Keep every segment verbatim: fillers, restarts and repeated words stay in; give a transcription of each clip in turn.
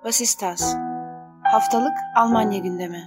Vasistas. Haftalık Almanya gündemi.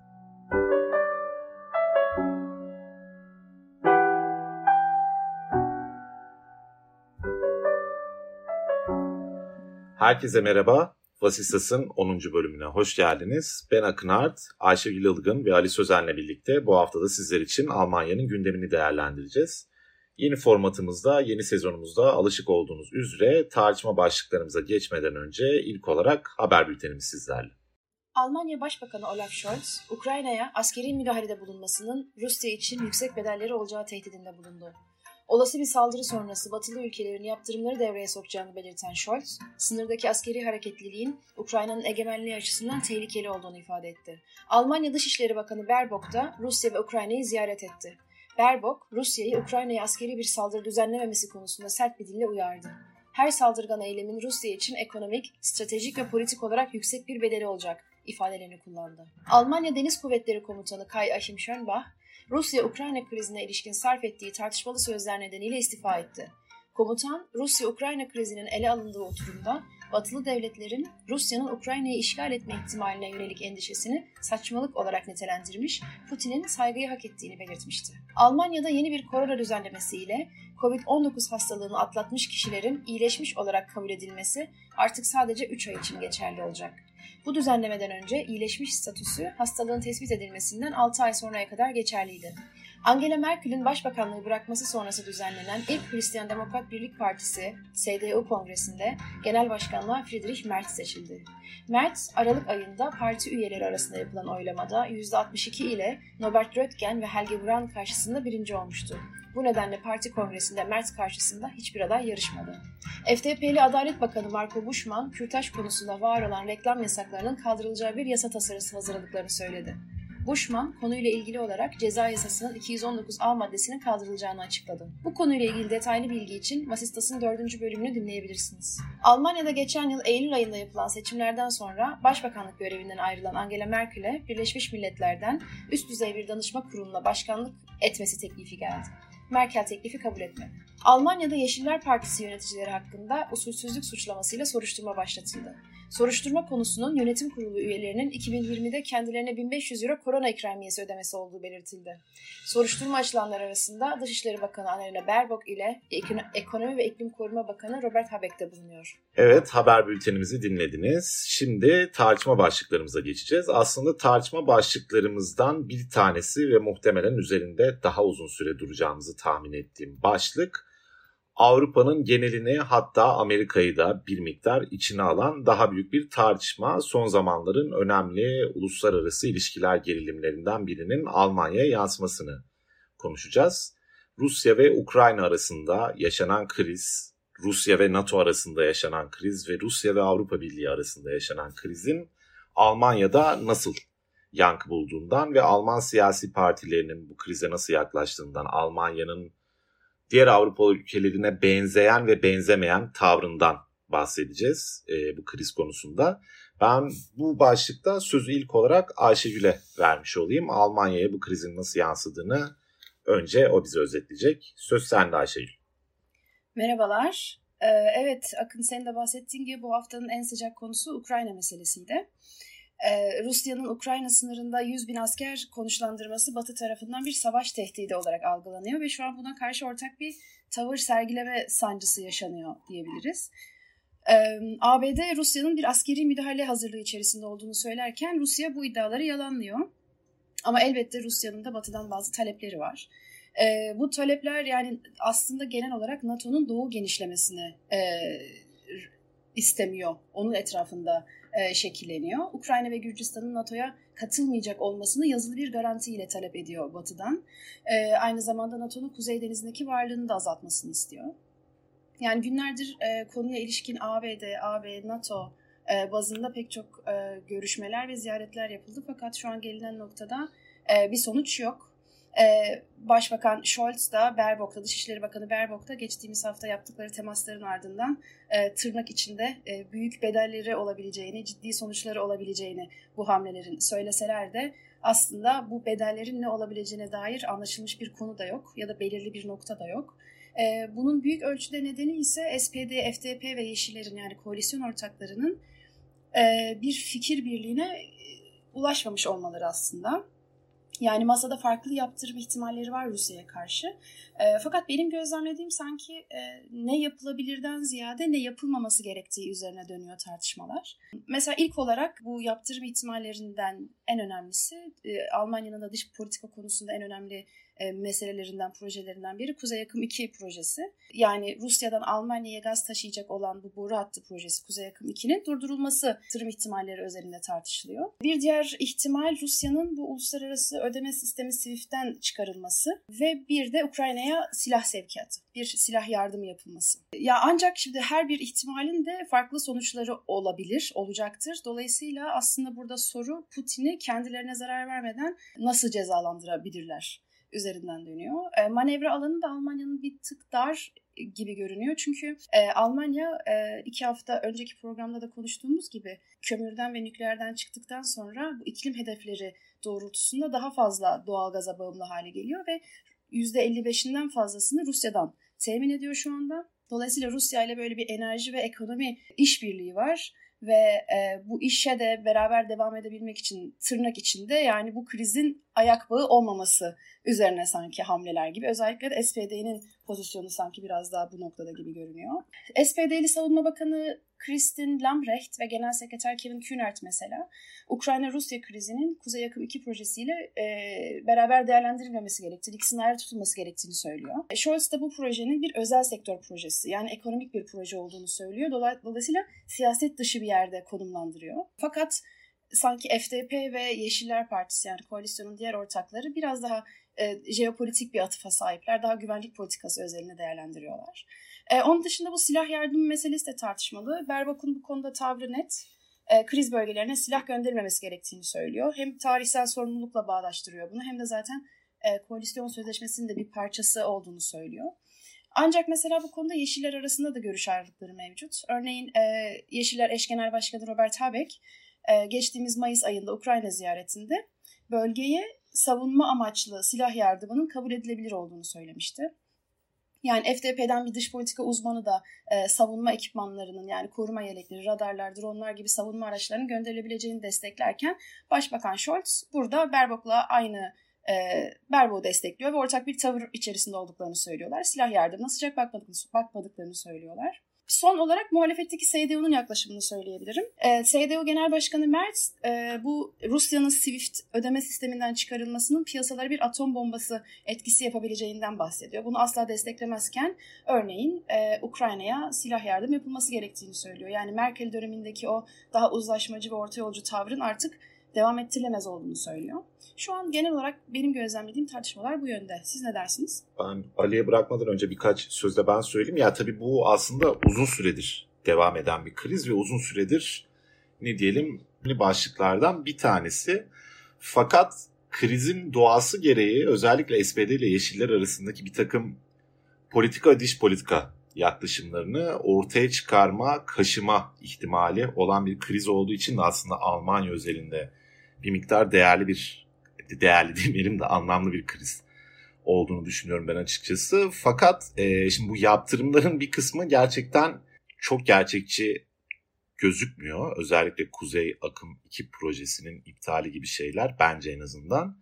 Herkese merhaba. Vasistas'ın onuncu bölümüne hoş geldiniz. Ben Akın Art, Ayşegül Ilgın ve Ali Sözen'le birlikte bu haftada sizler için Almanya'nın gündemini değerlendireceğiz. Yeni formatımızda, yeni sezonumuzda alışık olduğunuz üzere tartışma başlıklarımıza geçmeden önce ilk olarak haber bültenimiz sizlerle. Almanya Başbakanı Olaf Scholz, Ukrayna'ya askeri müdahalede bulunmasının Rusya için yüksek bedelleri olacağı tehdidinde bulundu. Olası bir saldırı sonrası Batılı ülkelerin yaptırımları devreye sokacağını belirten Scholz, sınırdaki askeri hareketliliğin Ukrayna'nın egemenliği açısından tehlikeli olduğunu ifade etti. Almanya Dışişleri Bakanı Baerbock da Rusya ve Ukrayna'yı ziyaret etti. Baerbock, Rusya'yı Ukrayna'ya askeri bir saldırı düzenlememesi konusunda sert bir dille uyardı. Her saldırgan eylemin Rusya için ekonomik, stratejik ve politik olarak yüksek bir bedeli olacak ifadelerini kullandı. Almanya Deniz Kuvvetleri Komutanı Kai-Achim Schönbach, Rusya-Ukrayna krizine ilişkin sarf ettiği tartışmalı sözler nedeniyle istifa etti. Komutan, Rusya-Ukrayna krizinin ele alındığı oturumda Batılı devletlerin Rusya'nın Ukrayna'yı işgal etme ihtimaline yönelik endişesini saçmalık olarak nitelendirmiş, Putin'in saygıyı hak ettiğini belirtmişti. Almanya'da yeni bir korona düzenlemesiyle kovid on dokuz hastalığını atlatmış kişilerin iyileşmiş olarak kabul edilmesi artık sadece üç ay için geçerli olacak. Bu düzenlemeden önce iyileşmiş statüsü hastalığın tespit edilmesinden altı ay sonraya kadar geçerliydi. Angela Merkel'in başbakanlığı bırakması sonrası düzenlenen ilk Hristiyan Demokrat Birlik Partisi C D U kongresinde genel başkanlığa Friedrich Merz seçildi. Merz, Aralık ayında parti üyeleri arasında yapılan oylamada yüzde altmış iki ile Norbert Röttgen ve Helge Braun karşısında birinci olmuştu. Bu nedenle parti kongresinde Merz karşısında hiçbir aday yarışmadı. F D P'li Adalet Bakanı Marco Buschmann, kürtaj konusunda var olan reklam yasaklarının kaldırılacağı bir yasa tasarısı hazırladıklarını söyledi. Buschmann, konuyla ilgili olarak ceza yasasının iki yüz on dokuz A maddesinin kaldırılacağını açıkladı. Bu konuyla ilgili detaylı bilgi için Vasistas'ın dördüncü bölümünü dinleyebilirsiniz. Almanya'da geçen yıl Eylül ayında yapılan seçimlerden sonra başbakanlık görevinden ayrılan Angela Merkel'e Birleşmiş Milletler'den üst düzey bir danışma kuruluna başkanlık etmesi teklifi geldi. Merkel teklifi kabul etmedi. Almanya'da Yeşiller Partisi yöneticileri hakkında usulsüzlük suçlamasıyla soruşturma başlatıldı. Soruşturma konusunun yönetim kurulu üyelerinin iki bin yirmide kendilerine bin beş yüz euro korona ikramiyesi ödemesi olduğu belirtildi. Soruşturma açılanlar arasında Dışişleri Bakanı Annalena Baerbock ile Ekonomi ve İklim Koruma Bakanı Robert Habeck de bulunuyor. Evet, haber bültenimizi dinlediniz. Şimdi tartışma başlıklarımıza geçeceğiz. Aslında tartışma başlıklarımızdan bir tanesi ve muhtemelen üzerinde daha uzun süre duracağımızı tahmin ettiğim başlık, Avrupa'nın genelini, hatta Amerika'yı da bir miktar içine alan daha büyük bir tartışma. Son zamanların önemli uluslararası ilişkiler gerilimlerinden birinin Almanya'ya yansımasını konuşacağız. Rusya ve Ukrayna arasında yaşanan kriz, Rusya ve NATO arasında yaşanan kriz ve Rusya ve Avrupa Birliği arasında yaşanan krizin Almanya'da nasıl yankı bulduğundan ve Alman siyasi partilerinin bu krize nasıl yaklaştığından, Almanya'nın diğer Avrupa ülkelerine benzeyen ve benzemeyen tavrından bahsedeceğiz e, bu kriz konusunda. Ben bu başlıkta sözü ilk olarak Ayşegül'e vermiş olayım. Almanya'ya bu krizin nasıl yansıdığını önce o bize özetleyecek. Söz sende Ayşegül. Merhabalar. Ee, evet, Akın senin de bahsettiğin gibi bu haftanın en sıcak konusu Ukrayna meselesiydi. Ee, Rusya'nın Ukrayna sınırında yüz bin asker konuşlandırması Batı tarafından bir savaş tehdidi olarak algılanıyor ve şu an buna karşı ortak bir tavır sergileme sancısı yaşanıyor diyebiliriz. Ee, A B D Rusya'nın bir askeri müdahale hazırlığı içerisinde olduğunu söylerken Rusya bu iddiaları yalanlıyor. Ama elbette Rusya'nın da Batı'dan bazı talepleri var. Ee, bu talepler yani aslında genel olarak NATO'nun doğu genişlemesini e, istemiyor. Onun etrafında e, şekilleniyor. Ukrayna ve Gürcistan'ın NATO'ya katılmayacak olmasını yazılı bir garantiyle talep ediyor Batı'dan. E, aynı zamanda NATO'nun Kuzey Denizi'ndeki varlığını da azaltmasını istiyor. Yani günlerdir e, konuya ilişkin A B D, A B, NATO e, bazında pek çok e, görüşmeler ve ziyaretler yapıldı. Fakat şu an gelinen noktada e, bir sonuç yok. Ee, Başbakan Scholz da Baerbock'la, Dışişleri Bakanı Baerbock da geçtiğimiz hafta yaptıkları temasların ardından e, tırnak içinde e, büyük bedelleri olabileceğini, ciddi sonuçları olabileceğini bu hamlelerin söyleseler de aslında bu bedellerin ne olabileceğine dair anlaşılmış bir konu da yok ya da belirli bir nokta da yok. E, bunun büyük ölçüde nedeni ise S P D, F D P ve Yeşillerin yani koalisyon ortaklarının e, bir fikir birliğine ulaşmamış olmaları aslında. Yani masada farklı yaptırım ihtimalleri var Rusya'ya karşı. E, fakat benim gözlemlediğim sanki e, ne yapılabilirden ziyade ne yapılmaması gerektiği üzerine dönüyor tartışmalar. Mesela ilk olarak bu yaptırım ihtimallerinden en önemlisi, e, Almanya'nın da dış politika konusunda en önemli e, meselelerinden, projelerinden biri Kuzey Akım iki projesi. Yani Rusya'dan Almanya'ya gaz taşıyacak olan bu boru hattı projesi Kuzey Akım iki'nin durdurulması yaptırım ihtimalleri özelinde tartışılıyor. Bir diğer ihtimal Rusya'nın bu uluslararası ödeme sistemi SWIFT'ten çıkarılması ve bir de Ukrayna'ya silah sevkiyatı, bir silah yardımı yapılması. Ya ancak şimdi her bir ihtimalin de farklı sonuçları olabilir, olacaktır. Dolayısıyla aslında burada soru Putin'i kendilerine zarar vermeden nasıl cezalandırabilirler üzerinden dönüyor. E, manevra alanı da Almanya'nın bir tık dar gibi görünüyor. Çünkü e, Almanya e, iki hafta önceki programda da konuştuğumuz gibi kömürden ve nükleerden çıktıktan sonra bu iklim hedefleri doğrultusunda daha fazla doğalgaza bağımlı hale geliyor ve yüzde elli beşinden fazlasını Rusya'dan temin ediyor şu anda. Dolayısıyla Rusya ile böyle bir enerji ve ekonomi işbirliği var. Ve e, bu işe de beraber devam edebilmek için tırnak içinde yani bu krizin ayak bağı olmaması üzerine sanki hamleler gibi. Özellikle de S P D'nin pozisyonu sanki biraz daha bu noktada gibi görünüyor. S P D'li Savunma Bakanı Kristin Lambrecht ve Genel Sekreter Kevin Kühnert mesela Ukrayna-Rusya krizinin Kuzey Akım iki projesiyle e, beraber değerlendirilmemesi gerektiğini, ikisinin ayrı tutulması gerektiğini söylüyor. Scholz da bu projenin bir özel sektör projesi yani ekonomik bir proje olduğunu söylüyor. Dolayısıyla siyaset dışı bir yerde konumlandırıyor. Fakat sanki F D P ve Yeşiller Partisi yani koalisyonun diğer ortakları biraz daha e, jeopolitik bir atıfa sahipler. Daha güvenlik politikası özelinde değerlendiriyorlar. E, onun dışında bu silah yardımı meselesi de tartışmalı. Berbak'ın bu konuda tavrı net. E, kriz bölgelerine silah gönderilmemesi gerektiğini söylüyor. Hem tarihsel sorumlulukla bağdaştırıyor bunu hem de zaten e, koalisyon sözleşmesinin de bir parçası olduğunu söylüyor. Ancak mesela bu konuda Yeşiller arasında da görüş ayrılıkları mevcut. Örneğin e, Yeşiller Eş Genel Başkanı Robert Habeck e, geçtiğimiz Mayıs ayında Ukrayna ziyaretinde bölgeye savunma amaçlı silah yardımının kabul edilebilir olduğunu söylemişti. Yani F D P'den bir dış politika uzmanı da e, savunma ekipmanlarının yani koruma yelekleri, radarlar, dronlar gibi savunma araçlarının gönderilebileceğini desteklerken Başbakan Scholz burada Berbok'la aynı e, Berbok'u destekliyor ve ortak bir tavır içerisinde olduklarını söylüyorlar. Silah yardımına sıcak bakmadıklarını, bakmadıklarını söylüyorlar. Son olarak muhalefetteki S D U'nun yaklaşımını söyleyebilirim. E, S D U Genel Başkanı Merz e, bu Rusya'nın SWIFT ödeme sisteminden çıkarılmasının piyasalara bir atom bombası etkisi yapabileceğinden bahsediyor. Bunu asla desteklemezken örneğin e, Ukrayna'ya silah yardım yapılması gerektiğini söylüyor. Yani Merkel dönemindeki o daha uzlaşmacı ve orta yolcu tavrın artık devam ettirilemez olduğunu söylüyor. Şu an genel olarak benim gözlemlediğim tartışmalar bu yönde. Siz ne dersiniz? Ben Ali'ye bırakmadan önce birkaç söz de ben söyleyeyim. Ya tabii bu aslında uzun süredir devam eden bir kriz ve uzun süredir ne diyelim başlıklardan bir tanesi. Fakat krizin doğası gereği özellikle S P D ile Yeşiller arasındaki bir takım politika dış politika yaklaşımlarını ortaya çıkarma, kaşıma ihtimali olan bir kriz olduğu için de aslında Almanya özelinde bir miktar değerli bir, değerli demeyelim de anlamlı bir kriz olduğunu düşünüyorum ben açıkçası. Fakat e, şimdi bu yaptırımların bir kısmı gerçekten çok gerçekçi gözükmüyor. Özellikle Kuzey Akım iki projesinin iptali gibi şeyler bence en azından.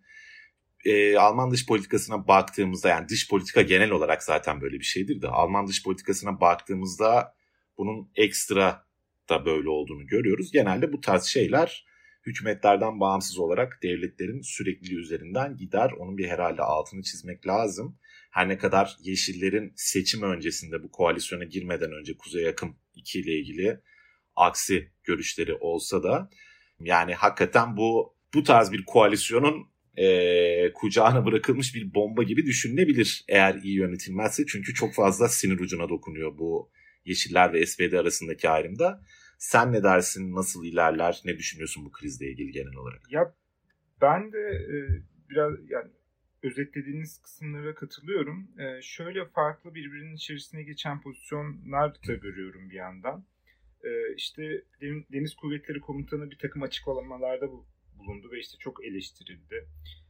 E, Alman dış politikasına baktığımızda yani dış politika genel olarak zaten böyle bir şeydir de Alman dış politikasına baktığımızda bunun ekstra da böyle olduğunu görüyoruz. Genelde bu tarz şeyler hükümetlerden bağımsız olarak devletlerin sürekliliği üzerinden gider. Onun bir herhalde altını çizmek lazım. Her ne kadar Yeşillerin seçim öncesinde bu koalisyona girmeden önce Kuzey Akım iki ile ilgili aksi görüşleri olsa da yani hakikaten bu bu tarz bir koalisyonun e, kucağına bırakılmış bir bomba gibi düşünülebilir eğer iyi yönetilmezse. Çünkü çok fazla sinir ucuna dokunuyor bu Yeşiller ve S P D arasındaki ayrımda. Sen ne dersin? Nasıl ilerler? Ne düşünüyorsun bu krizle ilgili genel olarak? Ya ben de e, biraz yani özetlediğiniz kısımlara katılıyorum. E, şöyle farklı birbirinin içerisine geçen pozisyonlar da görüyorum bir yandan. E, işte Deniz Kuvvetleri Komutanı bir takım açıklamalarda bulundu ve işte çok eleştirildi.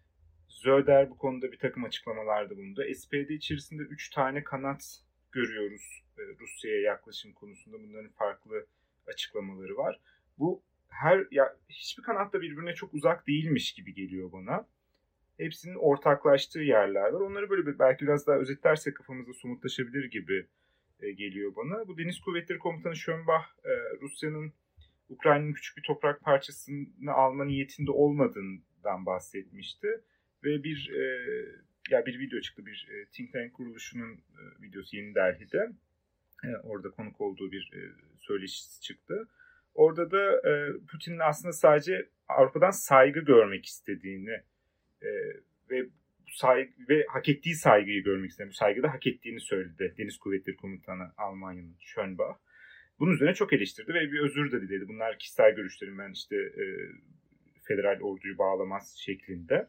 Söder bu konuda bir takım açıklamalarda bulundu. S P D içerisinde üç tane kanat görüyoruz e, Rusya'ya yaklaşım konusunda. Bunların farklı açıklamaları var. Bu her ya hiçbir kanat da birbirine çok uzak değilmiş gibi geliyor bana. Hepsinin ortaklaştığı yerler var. Onları böyle bir, belki biraz daha özetlersek kafamızda somutlaşabilir gibi e, geliyor bana. Bu Deniz Kuvvetleri Komutanı Schönbach, e, Rusya'nın Ukrayna'nın küçük bir toprak parçasını alma niyetinde olmadığından bahsetmişti. Ve bir e, ya bir video çıktı, bir e, think tank kuruluşunun e, videosu Yeni Delhi'de. E, orada konuk olduğu bir e, söyleşisi çıktı. Orada da e, Putin'in aslında sadece Avrupa'dan saygı görmek istediğini e, ve saygı ve hak ettiği saygıyı görmek istediğini, bu saygıda hak ettiğini söyledi Deniz Kuvvetleri Komutanı Almanya'nın Schönbach. Bunun üzerine çok eleştirdi ve bir özür de diledi. Bunlar kişisel görüşlerim, ben işte e, federal orduyu bağlamaz şeklinde.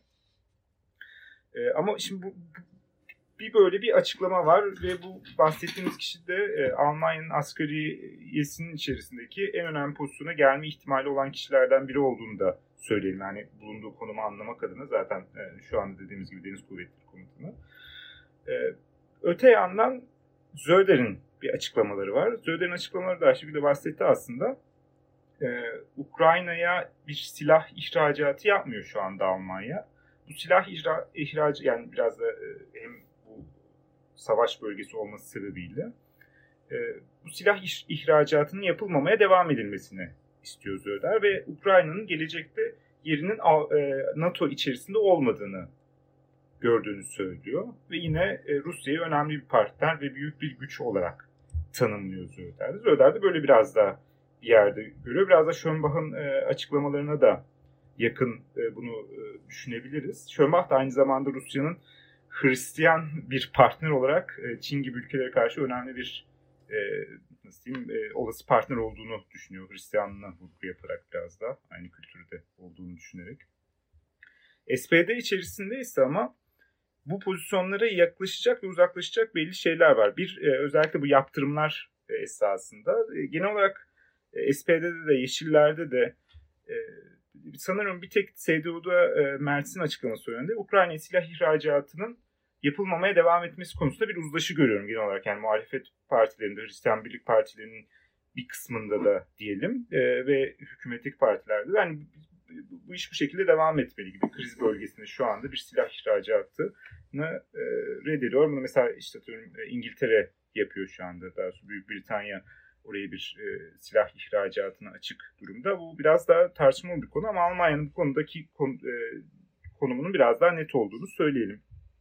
E, ama şimdi bu, bir böyle bir açıklama var ve bu bahsettiğimiz kişi de e, Almanya'nın askeriyesinin içerisindeki en önemli pozisyona gelme ihtimali olan kişilerden biri olduğunu da söyleyelim. Yani bulunduğu konumu anlamak adına zaten e, şu anda dediğimiz gibi Deniz Kuvvetleri Komutanı. E, öte yandan Söder'in bir açıklamaları var. Söder'in açıklamaları da Ayşegül de bahsetti aslında. E, Ukrayna'ya bir silah ihracatı yapmıyor şu anda Almanya. Bu silah ihra, ihracı yani biraz da e, hem bu savaş bölgesi olması sebebiyle e, bu silah iş, ihracatının yapılmamaya devam edilmesini istiyor Söder ve Ukrayna'nın gelecekte yerinin e, NATO içerisinde olmadığını gördüğünü söylüyor ve yine e, Rusya'yı önemli bir partner ve büyük bir güç olarak tanımlıyor Söder. Söder de böyle biraz da bir yerde görüyor. Biraz da Schönbach'ın e, açıklamalarına da yakın e, bunu e, düşünebiliriz. Schönbach da aynı zamanda Rusya'nın Hristiyan bir partner olarak e, Çin gibi ülkelere karşı önemli bir e, nasıl diyeyim, e, olası partner olduğunu düşünüyor. Hristiyanlığına vurgu yaparak biraz da aynı kültürde olduğunu düşünerek. S P D içerisinde ise ama bu pozisyonlara yaklaşacak ve uzaklaşacak belli şeyler var. Bir e, özellikle bu yaptırımlar e, esasında. E, genel olarak e, S P D'de de Yeşillerde de e, sanırım bir tek S D U'da e, Mertz'in açıklaması yönünde Ukrayna silah ihracatının yapılmamaya devam etmesi konusunda bir uzlaşı görüyorum genel olarak. Yani muhalefet partilerinde, Hristiyan Birlik Partilerinin bir kısmında da diyelim e, ve hükümetlik partilerde de yani bu iş bu şekilde devam etmeli gibi. Kriz bölgesinde şu anda bir silah ihracatını e, reddediyor. Bunu mesela işte e, İngiltere yapıyor şu anda. Daha sonra Büyük Britanya oraya bir e, silah ihracatına açık durumda. Bu biraz daha tartışmalı bir konu ama Almanya'nın bu konudaki konu, e, konumunun biraz daha net olduğunu söyleyelim.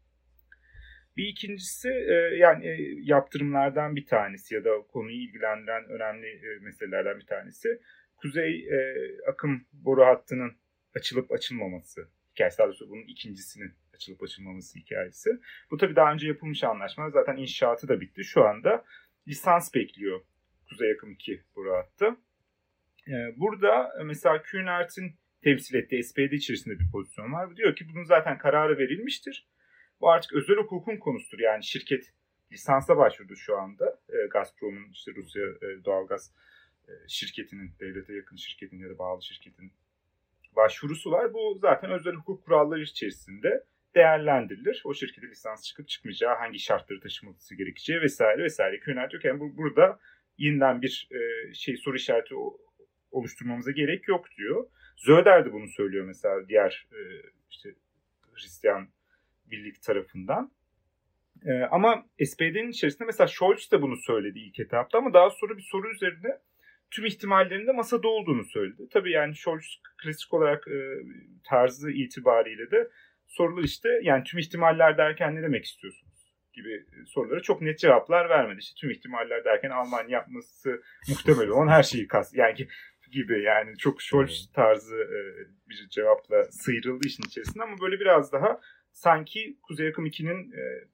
Bir ikincisi e, yani e, yaptırımlardan bir tanesi ya da konuyu ilgilendiren önemli e, meselelerden bir tanesi. Kuzey e, akım boru hattının açılıp açılmaması hikayesi. Daha doğrusu bunun ikincisinin açılıp açılmaması hikayesi. Bu tabii daha önce yapılmış anlaşmalar. Zaten inşaatı da bitti. Şu anda lisans bekliyor Kuzey akım iki boru hattı. E, burada mesela Kühnert'in temsil ettiği S P D içerisinde bir pozisyon var. Diyor ki bunun zaten kararı verilmiştir. Bu artık özel hukukun konusudur. Yani şirket lisansa başvurdu şu anda. E, Gazprom'un işte Rusya e, doğalgaz şirketinin, devlete yakın şirketin ya da bağlı şirketin başvurusu var. Bu zaten özel hukuk kuralları içerisinde değerlendirilir. O şirkete lisans çıkıp çıkmayacağı, hangi şartları taşıması gerekeceği vesaire vesaire. Kühner diyor ki yani bu, burada yeniden bir e, şey soru işareti oluşturmamıza gerek yok diyor. Söder de bunu söylüyor mesela diğer e, işte Hristiyan Birlik tarafından. E, ama S P D'nin içerisinde mesela Scholz da bunu söyledi ilk etapta ama daha sonra bir soru üzerinde tüm ihtimallerin de masada olduğunu söyledi. Tabii yani Scholz klasik olarak e, tarzı itibariyle de sorular işte yani tüm ihtimaller derken ne demek istiyorsunuz gibi sorulara çok net cevaplar vermedi. İşte tüm ihtimaller derken Almanya yapması muhtemel olan her şeyi kast yani gibi yani çok Scholz tarzı e, bir cevapla sıyrıldı işin içerisinde ama böyle biraz daha sanki Kuzey Akım iki'nin e,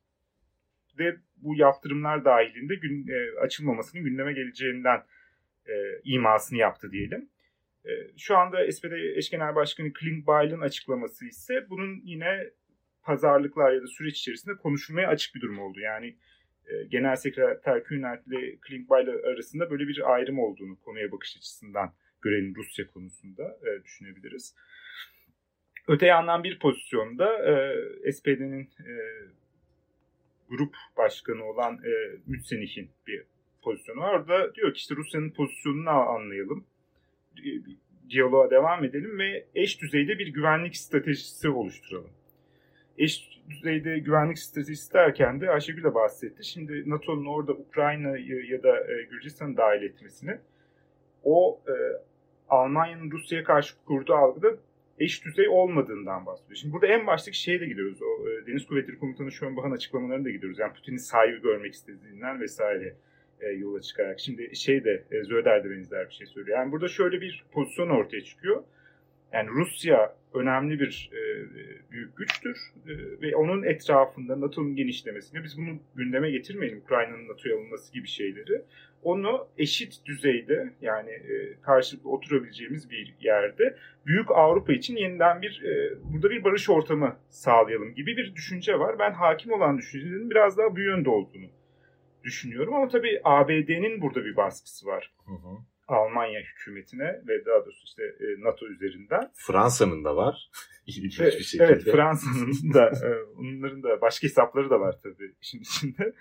de bu yaptırımlar dahilinde gün, e, açılmamasının gündeme geleceğinden e, imasını yaptı diyelim. E, şu anda S P D eş genel başkanı Klingbeil'in açıklaması ise bunun yine pazarlıklar ya da süreç içerisinde konuşulmaya açık bir durum oldu. Yani e, Genel Sekreter Kühnert ile Klingbeil arasında böyle bir ayrım olduğunu konuya bakış açısından görelim Rusya konusunda e, düşünebiliriz. Öte yandan bir pozisyonda e, S P D'nin e, grup başkanı olan e, Mützenih'in bir pozisyonu var. Orada diyor ki işte Rusya'nın pozisyonunu anlayalım. diyaloğa devam edelim ve eş düzeyde bir güvenlik stratejisi oluşturalım. Eş düzeyde güvenlik stratejisi derken de Ayşegül de bahsetti. Şimdi NATO'nun orada Ukrayna'yı ya da Gürcistan'ı dahil etmesini o e, Almanya'nın Rusya'ya karşı kurduğu algıda eş düzey olmadığından bahsediyor. Şimdi burada en baştaki şeye de gidiyoruz. O e, Deniz Kuvvetleri Komutanı Schönbach'ın açıklamalarına da gidiyoruz. Yani Putin'in sahibi görmek istediğinden vesaire e, yola çıkarak. Şimdi şey de e, Zöder de benzer bir şey söylüyor. Yani burada şöyle bir pozisyon ortaya çıkıyor. Yani Rusya önemli bir e, büyük güçtür e, ve onun etrafında NATO'nun genişlemesini biz bunu gündeme getirmeyelim. Ukrayna'nın NATO'ya alınması gibi şeyleri. Onu eşit düzeyde yani e, karşılıklı oturabileceğimiz bir yerde büyük Avrupa için yeniden bir e, burada bir barış ortamı sağlayalım gibi bir düşünce var. Ben hakim olan düşüncenin biraz daha bu yönde olduğunu düşünüyorum ama tabii A B D'nin burada bir baskısı var. Hı hı. Almanya hükümetine ve daha doğrusu işte NATO üzerinden. Fransa'nın da var. İlginç bir şekilde. Evet, Fransa'nın da onların da başka hesapları da var tabii işin içinde.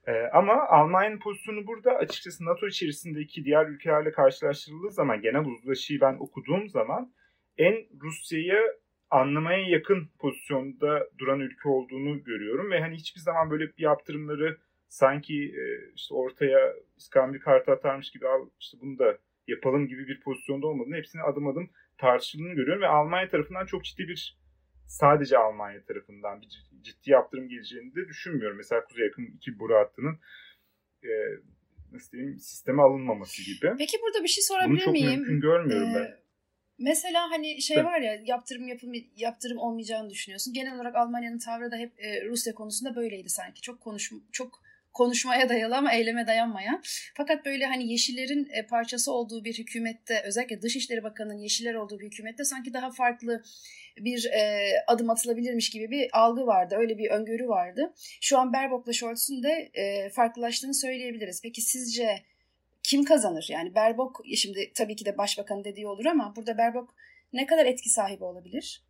Ama Almanya'nın pozisyonu burada açıkçası NATO içerisindeki diğer ülkelerle karşılaştırıldığı zaman genel uzlaşıyı ben okuduğum zaman en Rusya'yı anlamaya yakın pozisyonda duran ülke olduğunu görüyorum ve hani hiçbir zaman böyle bir yaptırımları sanki işte ortaya iskambil kartı atarmış gibi al işte bunu da yapalım gibi bir pozisyonda olmadığını, hepsini adım adım tartışıldığını görüyorum ve Almanya tarafından çok ciddi bir, sadece Almanya tarafından bir ciddi yaptırım geleceğini de düşünmüyorum. Mesela Kuzey Akım iki boru hattının e, nasıl diyeyim sisteme alınmaması gibi. Peki burada bir şey sorabilir Bunu çok miyim? Bunu çok mümkün görmüyorum ee, ben. Mesela hani şey var ya, yaptırım yapım yaptırım olmayacağını düşünüyorsun. Genel olarak Almanya'nın tavrı da hep e, Rusya konusunda böyleydi sanki. Çok konuş çok konuşmaya dayalı ama eyleme dayanmayan. Fakat böyle hani Yeşillerin e, parçası olduğu bir hükümette, özellikle Dışişleri Bakanı'nın Yeşiller olduğu bir hükümette sanki daha farklı bir e, adım atılabilirmiş gibi bir algı vardı. Öyle bir öngörü vardı. Şu an Baerbock'la Scholz'un de e, farklılaştığını söyleyebiliriz. Peki sizce kim kazanır? Yani Baerbock, şimdi tabii ki de başbakan dediği olur ama burada Baerbock ne kadar etki sahibi olabilir?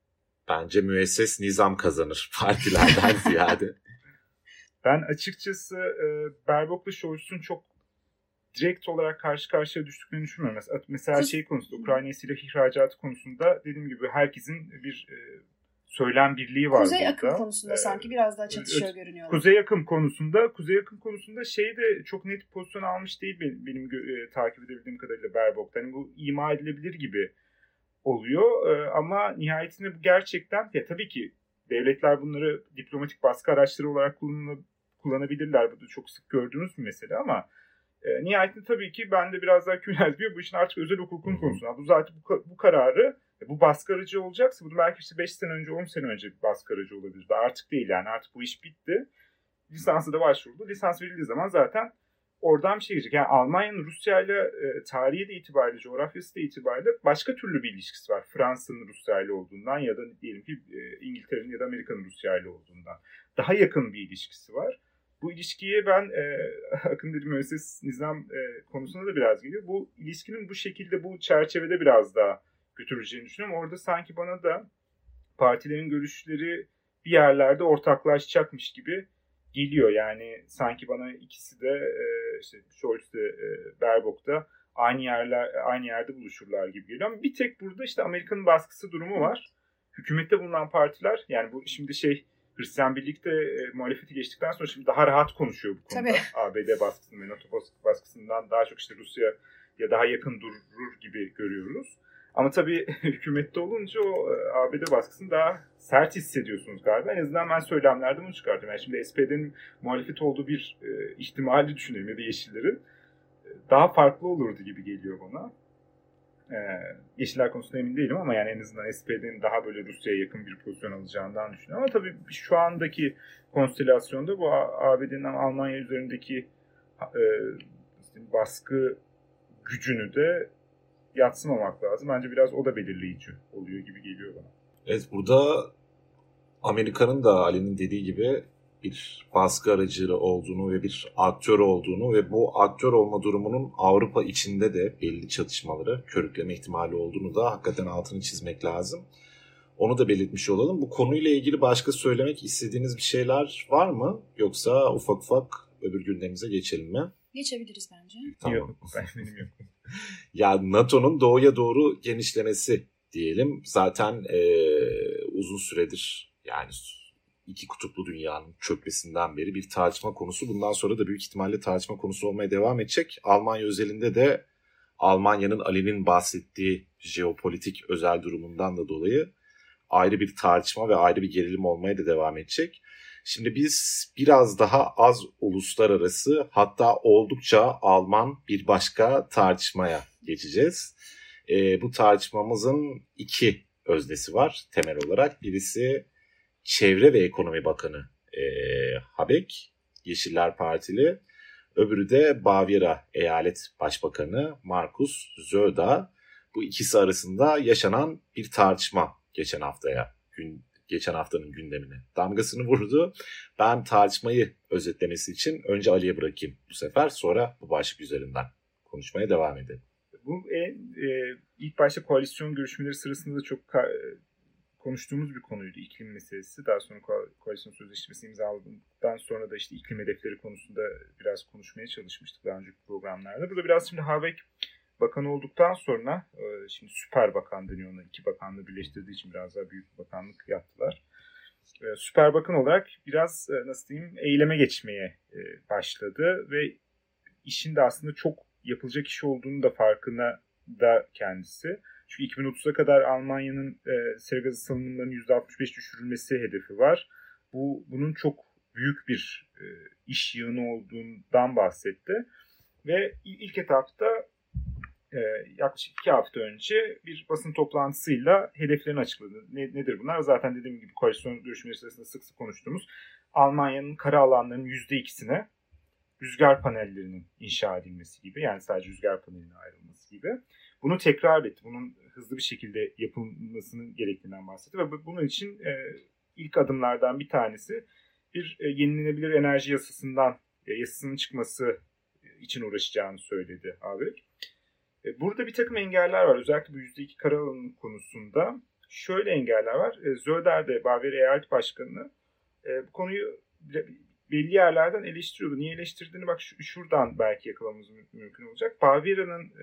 Bence müesses nizam kazanır partilerden ziyade. Ben açıkçası e, Baerbock'la Scholz'un çok direkt olarak karşı karşıya düştüklerini düşünmüyorum. Mesela, mesela şey konusunda, Ukrayna'ya silah ihracatı konusunda dediğim gibi herkesin bir e, söylem birliği var Kuzey burada. Akım konusunda ee, sanki biraz daha çatışıyor e, görünüyor. Kuzey Akım konusunda, Kuzey Akım konusunda şey de çok net pozisyon almış değil benim, benim e, takip edebildiğim kadarıyla Baerbock'ta. Yani bu ima edilebilir gibi oluyor e, ama nihayetinde bu gerçekten, ya tabii ki devletler bunları diplomatik baskı araçları olarak kullanabilirler. Bu da çok sık gördüğünüz bir mesele ama e, nihayetinde tabii ki ben de biraz daha küçültüyor. Bu işin artık özel hukukun konusunda. Bu zaten bu, bu kararı, bu baskı aracı olacaksa bunu belki işte beş sene önce, on sene önce bir baskı aracı olabilirdi. Artık değil yani, artık bu iş bitti. Lisansı da başvuruldu. Lisans verildiği zaman zaten oradan bir şey gelecek. Yani Almanya'nın Rusya ile e, tarihi de itibariyle, coğrafyası da itibariyle başka türlü bir ilişkisi var. Fransa'nın Rusya ile olduğundan ya da diyelim ki e, İngiltere'nin ya da Amerika'nın Rusya ile olduğundan daha yakın bir ilişkisi var. Bu ilişkiye ben e, Akın dediğim müesses nizam e, konusunda da biraz geliyor. Bu ilişkinin bu şekilde, bu çerçevede biraz daha götüreceğini düşünüyorum. Orada sanki bana da partilerin görüşleri bir yerlerde ortaklaşacakmış gibi geliyor. Yani sanki bana ikisi de e, işte Scholz de e, Baerbock da aynı yerler aynı yerde buluşurlar gibi geliyor. Ama bir tek burada işte Amerika'nın baskısı durumu var. Hükümette bulunan partiler, yani bu şimdi şey Hristiyan Birlik'te e, muhalefeti geçtikten sonra şimdi daha rahat konuşuyor bu konuda. Tabii. A B D baskısının ve NATO baskısından daha çok işte Rusya'ya daha yakın durur gibi görüyoruz. Ama tabii hükümette olunca o A B D baskısını daha sert hissediyorsunuz galiba. En azından ben söylemlerden bunu çıkartıyorum. Yani şimdi S P D'nin muhalefet olduğu bir e, ihtimali düşünelim ya da Yeşillerin. E, daha farklı olurdu gibi geliyor bana. E, Yeşiller konusunda emin değilim ama yani en azından S P D'nin daha böyle Rusya'ya yakın bir pozisyon alacağından düşünüyorum. Ama tabii şu andaki konstelasyonda bu A B D'nin Almanya üzerindeki e, baskı gücünü de yadsımamak lazım. Bence biraz o da belirleyici oluyor gibi geliyor bana. Evet, burada Amerika'nın da Ali'nin dediği gibi bir baskı aracı olduğunu ve bir aktör olduğunu ve bu aktör olma durumunun Avrupa içinde de belli çatışmaları, körükleme ihtimali olduğunu da hakikaten altını çizmek lazım. Onu da belirtmiş olalım. Bu konuyla ilgili başka söylemek istediğiniz bir şeyler var mı? Yoksa ufak ufak öbür gündemimize geçelim mi? Geçebiliriz bence. Tamam. Yok, ben benim yok. Ya NATO'nun doğuya doğru genişlemesi diyelim. Zaten e, uzun süredir yani iki kutuplu dünyanın çökmesinden beri bir tartışma konusu. Bundan sonra da büyük ihtimalle tartışma konusu olmaya devam edecek. Almanya özelinde de Almanya'nın Ali'nin bahsettiği jeopolitik özel durumundan da dolayı ayrı bir tartışma ve ayrı bir gerilim olmaya da devam edecek. Şimdi biz biraz daha az uluslararası, hatta oldukça Alman bir başka tartışmaya geçeceğiz. E, bu tartışmamızın iki öznesi var temel olarak. Birisi Çevre ve Ekonomi Bakanı e, Habeck, Yeşiller Partili. Öbürü de Bavyera Eyalet Başbakanı Markus Söder. Bu ikisi arasında yaşanan bir tartışma geçen haftaya, gün, geçen haftanın gündemine damgasını vurdu. Ben tartışmayı özetlemesi için önce Ali'ye bırakayım bu sefer, sonra bu başlık üzerinden konuşmaya devam edelim. Bu en, e, ilk başta koalisyon görüşmeleri sırasında da çok ka- konuştuğumuz bir konuydu, iklim meselesi. Daha sonra ko- koalisyon sözleşmesi imzaladıktan sonra da işte iklim hedefleri konusunda biraz konuşmaya çalışmıştık daha önceki programlarda. Burada biraz şimdi Habeck bakan olduktan sonra, e, şimdi süper bakan deniyor ona, iki bakanlığı birleştirdiği için biraz daha büyük bir bakanlık yaptılar. E, süper bakan olarak biraz e, nasıl diyeyim eyleme geçmeye e, başladı ve işin de aslında çok yapılacak iş olduğunu da farkına da kendisi. Çünkü iki bin otuza kadar Almanya'nın e, sera gazı salınımlarının yüzde altmış beş düşürülmesi hedefi var. Bu bunun çok büyük bir e, iş yığını olduğundan bahsetti. Ve ilk etapta e, yaklaşık iki hafta önce bir basın toplantısıyla hedeflerini açıkladı. Ne, nedir bunlar? Zaten dediğim gibi koalisyon görüşmeleri sırasında sık sık konuştuğumuz Almanya'nın kara alanlarının yüzde ikisine rüzgar panellerinin inşa edilmesi gibi, yani sadece rüzgar paneline ayrılması gibi. Bunu tekrar etti. Bunun hızlı bir şekilde yapılmasının gerektiğinden bahsetti ve bunun için e, ilk adımlardan bir tanesi bir e, yenilenebilir enerji yasasından e, yasasının çıkması için uğraşacağını söyledi abi. E, burada bir takım engeller var. Özellikle bu yüzde iki kara alanı konusunda şöyle engeller var. E, Söder de Bavyera Eyalet Başkanı e, bu konuyu belli yerlerden eleştiriyordu. Niye eleştirdiğini bak şuradan belki yakalamamız mümkün olacak. Bavyera'nın e,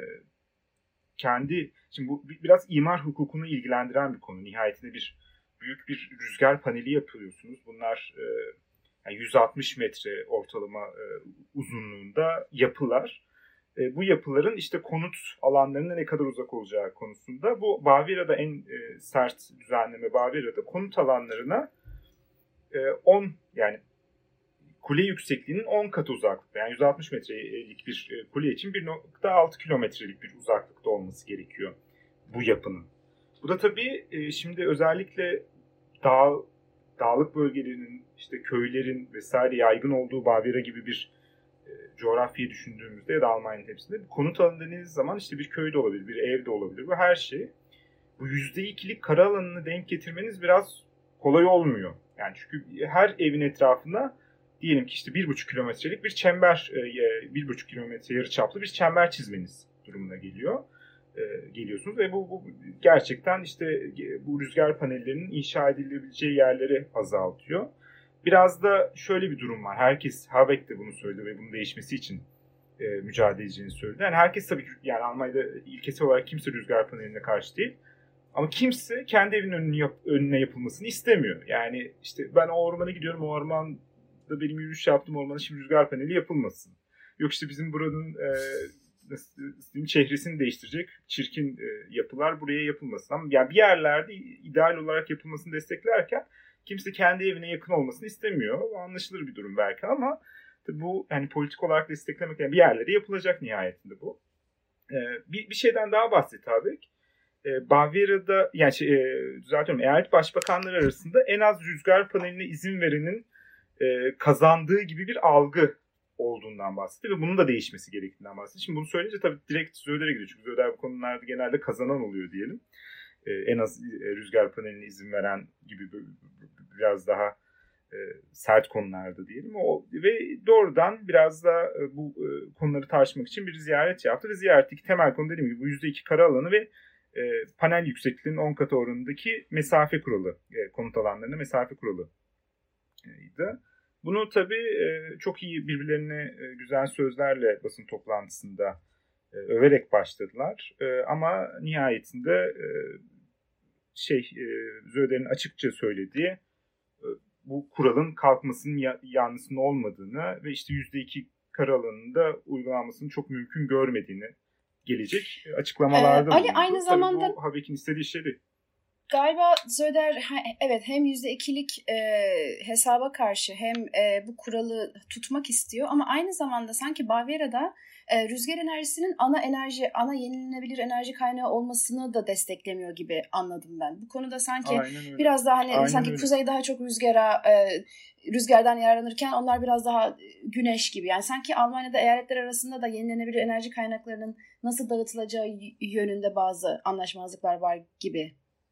kendi, şimdi bu biraz imar hukukunu ilgilendiren bir konu. Nihayetinde bir büyük bir rüzgar paneli yapıyorsunuz. Bunlar e, yani yüz altmış metre ortalama e, uzunluğunda yapılar. E, bu yapıların işte konut alanlarına ne kadar uzak olacağı konusunda, bu Bavyera'da en e, sert düzenleme, Bavyera'da konut alanlarına e, on yani kule yüksekliğinin on katı uzaklıkta. Yani yüz altmış metrelik bir kule için bir nokta altı kilometrelik bir uzaklıkta olması gerekiyor bu yapının. Bu da tabii şimdi özellikle dağ, dağlık bölgelerinin, işte köylerin vesaire yaygın olduğu Bavyera gibi bir e, coğrafyayı düşündüğümüzde ya da Almanya'nın hepsinde bir konut alanı dediğiniz zaman işte bir köy de olabilir, bir ev de olabilir. Bu her şey. Bu yüzde ikilik kara alanını denk getirmeniz biraz kolay olmuyor. Yani çünkü her evin etrafında diyelim ki işte bir buçuk kilometrelik bir çember, bir buçuk kilometre yarıçaplı bir çember çizmeniz durumuna geliyor. Geliyorsunuz ve bu, bu gerçekten işte bu rüzgar panellerinin inşa edilebileceği yerleri azaltıyor. Biraz da şöyle bir durum var. Herkes, Habeck de bunu söyledi ve bunun değişmesi için e, mücadele edeceğini söyledi. Yani herkes tabii ki, yani Almanya'da ilkesel olarak kimse rüzgar paneline karşı değil. Ama kimse kendi evinin önüne, yap, önüne yapılmasını istemiyor. Yani işte ben o ormana gidiyorum, o orman da benim yürüyüş yaptığım ormana şimdi rüzgar paneli yapılmasın. Yok işte bizim buranın e, nasıl diyeyim, çehresini değiştirecek çirkin e, yapılar buraya yapılmasın. Ama yani bir yerlerde ideal olarak yapılmasını desteklerken kimse kendi evine yakın olmasını istemiyor. Anlaşılır bir durum belki ama bu yani politik olarak desteklemek, yani bir yerlere yapılacak nihayetinde bu. E, bir, bir şeyden daha bahset abi. E, Bavyera'da, yani şey, e, düzeltiyorum, eyalet başbakanları arasında en az rüzgar paneline izin verenin e, kazandığı gibi bir algı olduğundan bahsetti ve bunun da değişmesi gerektiğinden bahsetti. Şimdi bunu söyleyince tabii direkt Söder'e gidiyor. Çünkü Söder bu konularda genelde kazanan oluyor diyelim. Ee, en az e, rüzgar paneline izin veren gibi biraz daha e, sert konularda diyelim. O, ve doğrudan biraz da e, bu e, konuları tartışmak için bir ziyaret yaptı. Ve ziyaretteki temel konu dediğim gibi bu yüzde iki kara alanı ve e, panel yüksekliğinin on katı oranındaki mesafe kuralı. E, konut alanlarına mesafe kuralı. Bunu tabii e, çok iyi birbirlerine e, güzel sözlerle basın toplantısında e, överek başladılar. E, ama nihayetinde e, şey e, Zöder'in açıkça söylediği e, bu kuralın kalkmasının ya, yanlısının olmadığını ve işte yüzde iki kara alanında uygulanmasını çok mümkün görmediğini gelecek açıklamalarda ee, Ali bulundu. aynı Tabii zamanda bu Habeck'in istediği şey değil. Galiba Söder evet hem yüzde ikilik e, hesaba karşı hem e, bu kuralı tutmak istiyor ama aynı zamanda sanki Bavyera'da e, rüzgar enerjisinin ana enerji, ana yenilenebilir enerji kaynağı olmasını da desteklemiyor gibi anladım ben. Bu konuda sanki biraz daha hani Aynen sanki öyle. kuzey daha çok rüzgara e, rüzgardan yararlanırken onlar biraz daha güneş gibi. Yani sanki Almanya'da eyaletler arasında da yenilenebilir enerji kaynaklarının nasıl dağıtılacağı yönünde bazı anlaşmazlıklar var gibi.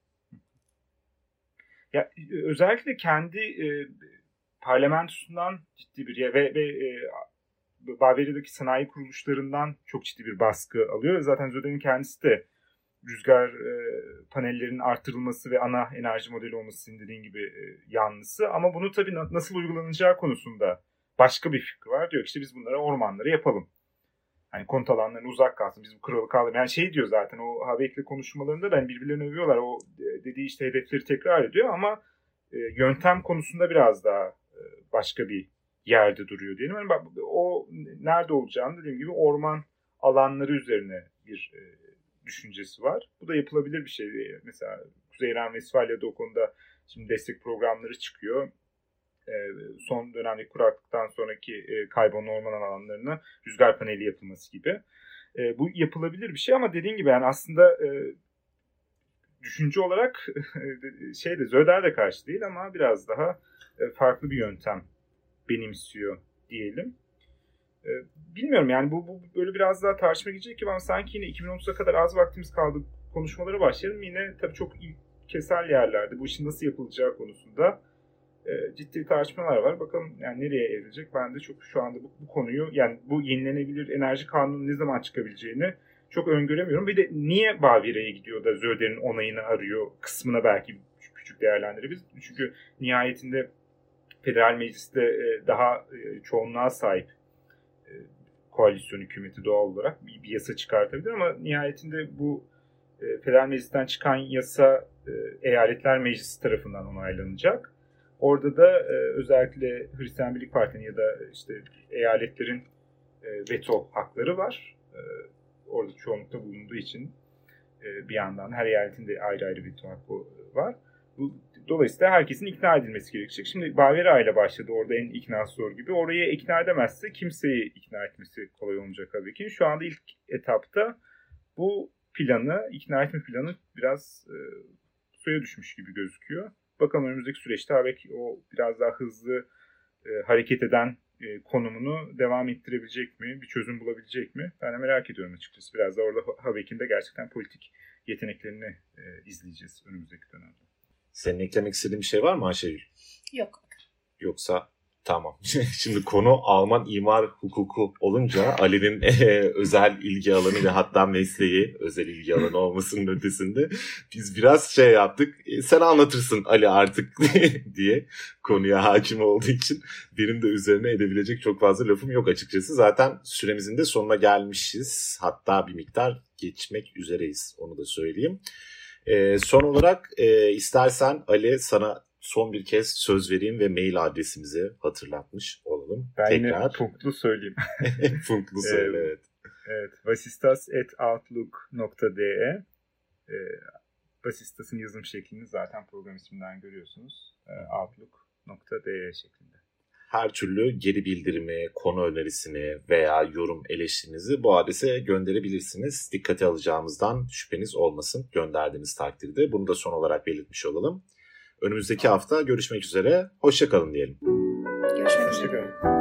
Ya özellikle kendi e, parlamentosundan ciddi bir ve, ve e, Bavyera'daki sanayi kuruluşlarından çok ciddi bir baskı alıyor. Zaten Zöder'in kendisi de rüzgar e, panellerinin artırılması ve ana enerji modeli olması senin dediğin gibi e, yanlısı. Ama bunu tabii na- nasıl uygulanacağı konusunda başka bir fikri var. Diyor ki işte biz bunlara ormanları yapalım. Hani konut alanlarına uzak kalsın. Biz bu kuralı kaldırmayalım. Yani şey diyor zaten o Habeck'le konuşmalarında da hani birbirlerini övüyorlar. O dediği işte hedefleri tekrar ediyor ama e, yöntem konusunda biraz daha e, başka bir yerde duruyor diyelim. Yani bak, o nerede olacağını dediğim gibi orman alanları üzerine bir e, düşüncesi var. Bu da yapılabilir bir şey. Mesela Kuzey Ren-Vesfalya'da o konuda şimdi destek programları çıkıyor. Son dönemdeki kuraklıktan sonraki kaybolan orman alanlarına rüzgar paneli yapılması gibi. Bu yapılabilir bir şey ama dediğin gibi yani aslında düşünce olarak şey de Zöder de karşı değil ama biraz daha farklı bir yöntem benimsiyor diyelim. Bilmiyorum yani bu, bu böyle biraz daha tartışma gidecek ki ama sanki yine iki bin otuza kadar az vaktimiz kaldı, konuşmalara başlayalım. Yine tabii çok ilkesel yerlerde bu işin nasıl yapılacağı konusunda ciddi tartışmalar var. Bakalım yani nereye evrilecek? Ben de çok şu anda bu, bu konuyu yani bu yenilenebilir enerji kanunun ne zaman çıkabileceğini çok öngöremiyorum. Bir de niye Bavyera'ya gidiyor da Zöder'in onayını arıyor kısmına belki küçük değerlendirebiliriz. Çünkü nihayetinde federal mecliste daha çoğunluğa sahip koalisyon hükümeti doğal olarak bir, bir yasa çıkartabilir ama nihayetinde bu federal meclisten çıkan yasa eyaletler meclisi tarafından onaylanacak. Orada da e, özellikle Hristiyan Birlik Parti'nin ya da işte eyaletlerin e, veto hakları var. E, orada çoğunlukta bulunduğu için e, bir yandan her eyaletin de ayrı ayrı veto hakkı var. Bu, dolayısıyla herkesin ikna edilmesi gerekecek. Şimdi Bavyera ile başladı orada en ikna zor gibi. Orayı ikna edemezse kimseyi ikna etmesi kolay olmayacak tabii ki. Şu anda ilk etapta bu planı, ikna etme planı biraz e, suya düşmüş gibi gözüküyor. Bakalım önümüzdeki süreçte Habeck o biraz daha hızlı e, hareket eden e, konumunu devam ettirebilecek mi? Bir çözüm bulabilecek mi? Ben de merak ediyorum açıkçası. Biraz da orada Habeck'in de gerçekten politik yeteneklerini e, izleyeceğiz önümüzdeki dönemde. Senin eklemek istediğin bir şey var mı Ayşegül? Yok. Yoksa tamam. Şimdi konu Alman imar hukuku olunca Ali'nin e, özel ilgi alanı ve hatta mesleği özel ilgi alanı olmasının ötesinde biz biraz şey yaptık. E, sen anlatırsın Ali artık diye konuya hakim olduğu için benim de üzerine edebilecek çok fazla lafım yok açıkçası. Zaten süremizin de sonuna gelmişiz. Hatta bir miktar geçmek üzereyiz. Onu da söyleyeyim. E, son olarak e, istersen Ali sana son bir kez söz vereyim ve mail adresimizi hatırlatmış olalım. Ben Tekrar. yine punklu söyleyeyim. Punklu söyle evet. Evet. vasistas at outlook nokta de e, Vasistas'ın yazım şeklini zaten program isminden görüyorsunuz. E, outlook nokta de şeklinde. Her türlü geri bildirimi, konu önerisini veya yorum eleştirinizi bu adrese gönderebilirsiniz. Dikkate alacağımızdan şüpheniz olmasın gönderdiğiniz takdirde. Bunu da son olarak belirtmiş olalım. Önümüzdeki hafta görüşmek üzere. Hoşça kalın diyelim. Görüşmek üzere.